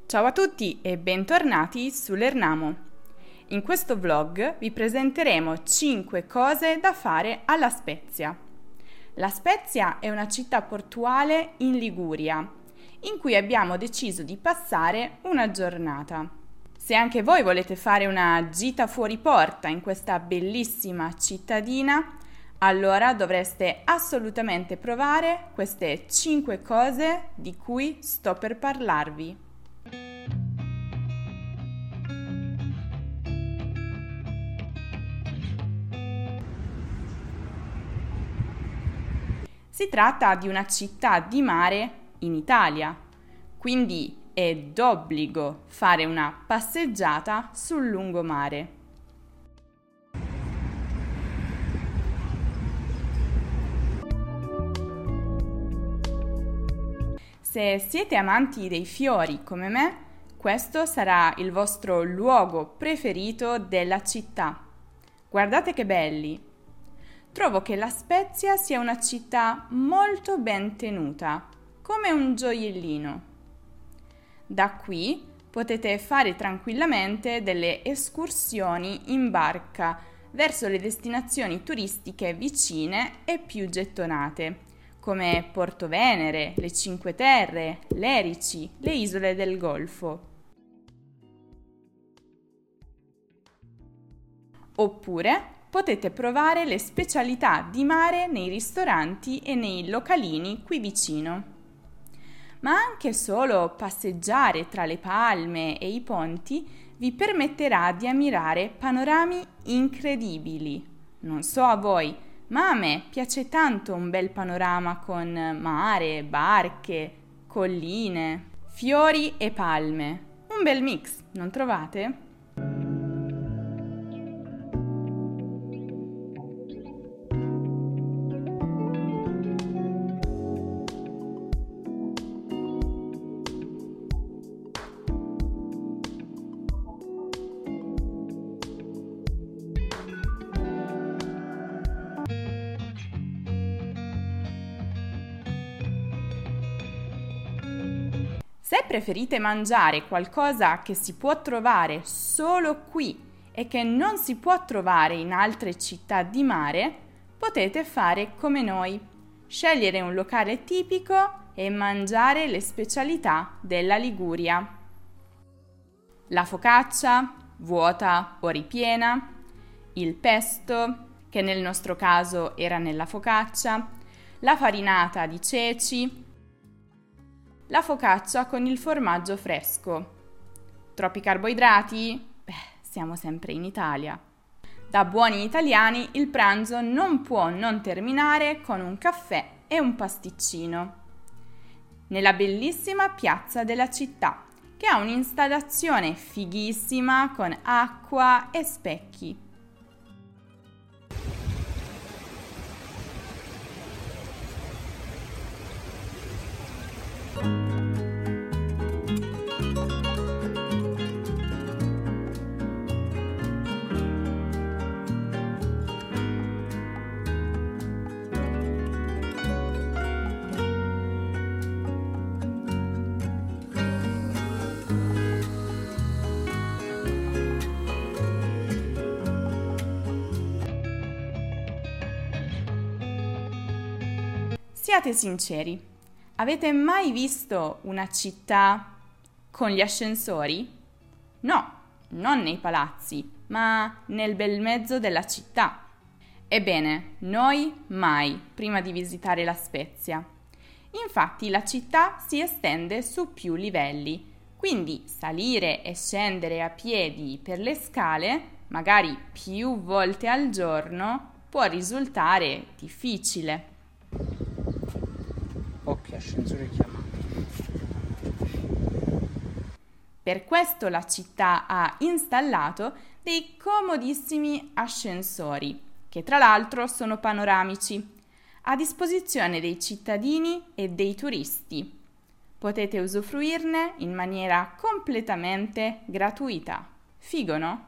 Ciao a tutti e bentornati su Lernamo. In questo vlog vi presenteremo 5 cose da fare a La Spezia. La Spezia è una città portuale in Liguria, in cui abbiamo deciso di passare una giornata. Se anche voi volete fare una gita fuori porta in questa bellissima cittadina, allora dovreste assolutamente provare queste 5 cose di cui sto per parlarvi. Si tratta di una città di mare in Italia, quindi è d'obbligo fare una passeggiata sul lungomare. Se siete amanti dei fiori come me, questo sarà il vostro luogo preferito della città. Guardate che belli! Trovo che La Spezia sia una città molto ben tenuta, come un gioiellino. Da qui potete fare tranquillamente delle escursioni in barca verso le destinazioni turistiche vicine e più gettonate, come Porto Venere, le Cinque Terre, l'Erici, le isole del Golfo. Oppure potete provare le specialità di mare nei ristoranti e nei localini qui vicino. Ma anche solo passeggiare tra le palme e i ponti vi permetterà di ammirare panorami incredibili. Non so a voi, ma a me piace tanto un bel panorama con mare, barche, colline, fiori e palme. Un bel mix, non trovate? Se preferite mangiare qualcosa che si può trovare solo qui e che non si può trovare in altre città di mare, potete fare come noi, scegliere un locale tipico e mangiare le specialità della Liguria. La focaccia, vuota o ripiena, il pesto, che nel nostro caso era nella focaccia, la farinata di ceci, la focaccia con il formaggio fresco. Troppi carboidrati? Siamo sempre in Italia. Da buoni italiani il pranzo non può non terminare con un caffè e un pasticcino. Nella bellissima piazza della città, che ha un'installazione fighissima con acqua e specchi. Siate sinceri, avete mai visto una città con gli ascensori? No, non nei palazzi, ma nel bel mezzo della città. Ebbene, noi mai, prima di visitare La Spezia. Infatti la città si estende su più livelli, quindi salire e scendere a piedi per le scale, magari più volte al giorno, può risultare difficile. Ok, ascensore chiamato. Per questo la città ha installato dei comodissimi ascensori, che tra l'altro sono panoramici, a disposizione dei cittadini e dei turisti. Potete usufruirne in maniera completamente gratuita. Figo, no?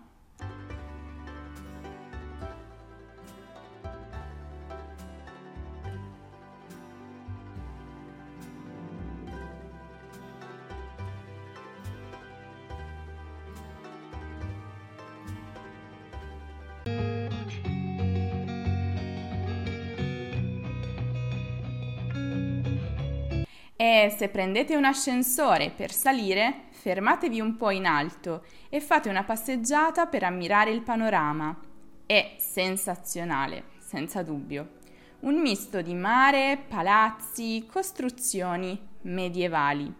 E se prendete un ascensore per salire, fermatevi un po' in alto e fate una passeggiata per ammirare il panorama. È sensazionale, senza dubbio. Un misto di mare, palazzi, costruzioni medievali.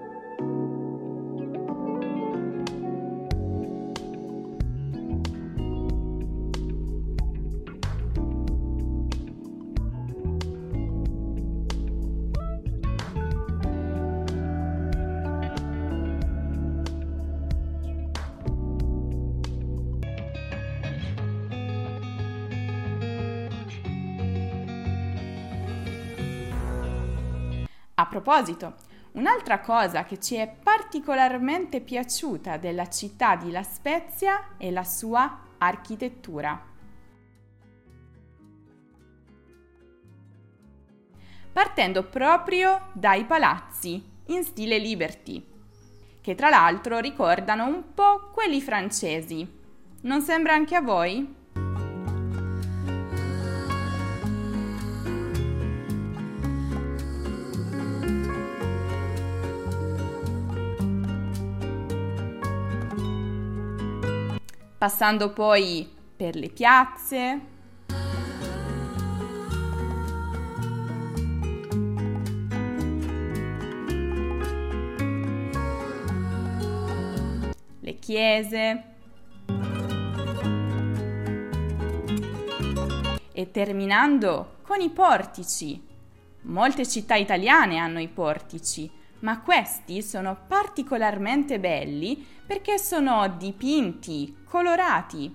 A proposito, un'altra cosa che ci è particolarmente piaciuta della città di La Spezia è la sua architettura. Partendo proprio dai palazzi in stile Liberty, che tra l'altro ricordano un po' quelli francesi. Non sembra anche a voi? Passando poi per le piazze, le chiese e terminando con i portici. Molte città italiane hanno i portici, ma questi sono particolarmente belli perché sono dipinti, colorati.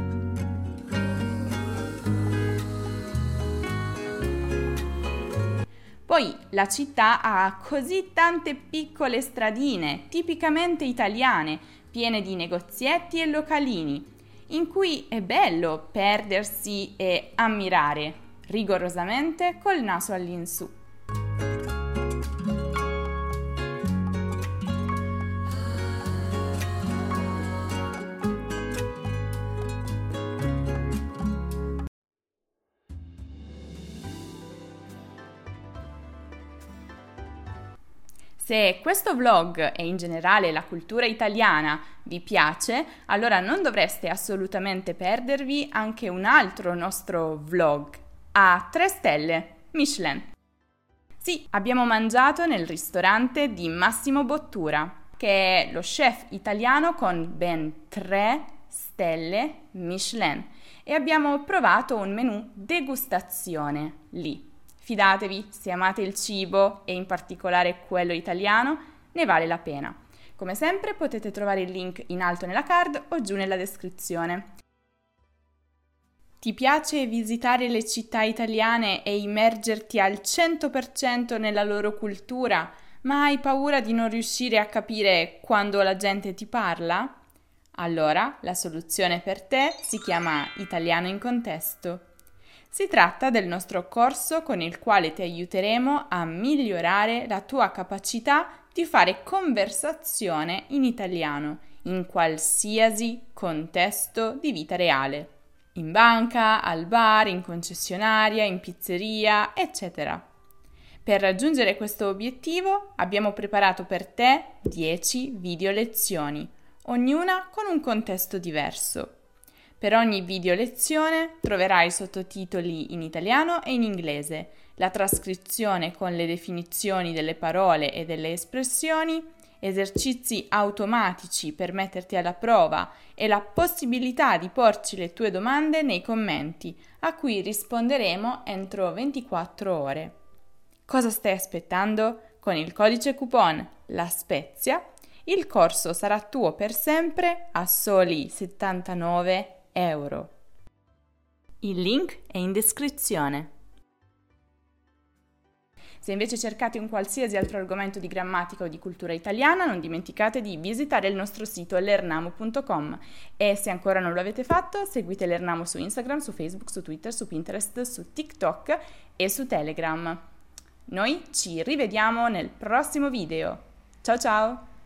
Poi la città ha così tante piccole stradine, tipicamente italiane, piene di negozietti e localini, in cui è bello perdersi e ammirare, rigorosamente col naso all'insù. Se questo vlog e in generale la cultura italiana vi piace, allora non dovreste assolutamente perdervi anche un altro nostro vlog a 3 stelle, Michelin. Sì, abbiamo mangiato nel ristorante di Massimo Bottura, che è lo chef italiano con ben 3 stelle Michelin, e abbiamo provato un menù degustazione lì. Fidatevi, se amate il cibo e in particolare quello italiano, ne vale la pena. Come sempre potete trovare il link in alto nella card o giù nella descrizione. Ti piace visitare le città italiane e immergerti al 100% nella loro cultura, ma hai paura di non riuscire a capire quando la gente ti parla? Allora, la soluzione per te si chiama Italiano in Contesto. Si tratta del nostro corso con il quale ti aiuteremo a migliorare la tua capacità di fare conversazione in italiano in qualsiasi contesto di vita reale. In banca, al bar, in concessionaria, in pizzeria, eccetera. Per raggiungere questo obiettivo abbiamo preparato per te 10 video lezioni, ognuna con un contesto diverso. Per ogni video lezione troverai sottotitoli in italiano e in inglese, la trascrizione con le definizioni delle parole e delle espressioni, esercizi automatici per metterti alla prova e la possibilità di porci le tue domande nei commenti, a cui risponderemo entro 24 ore. Cosa stai aspettando? Con il codice coupon La Spezia il corso sarà tuo per sempre a soli 79 euro. Il link è in descrizione. Se invece cercate un qualsiasi altro argomento di grammatica o di cultura italiana, non dimenticate di visitare il nostro sito lernamo.com e se ancora non lo avete fatto, seguite Lernamo su Instagram, su Facebook, su Twitter, su Pinterest, su TikTok e su Telegram. Noi ci rivediamo nel prossimo video. Ciao ciao!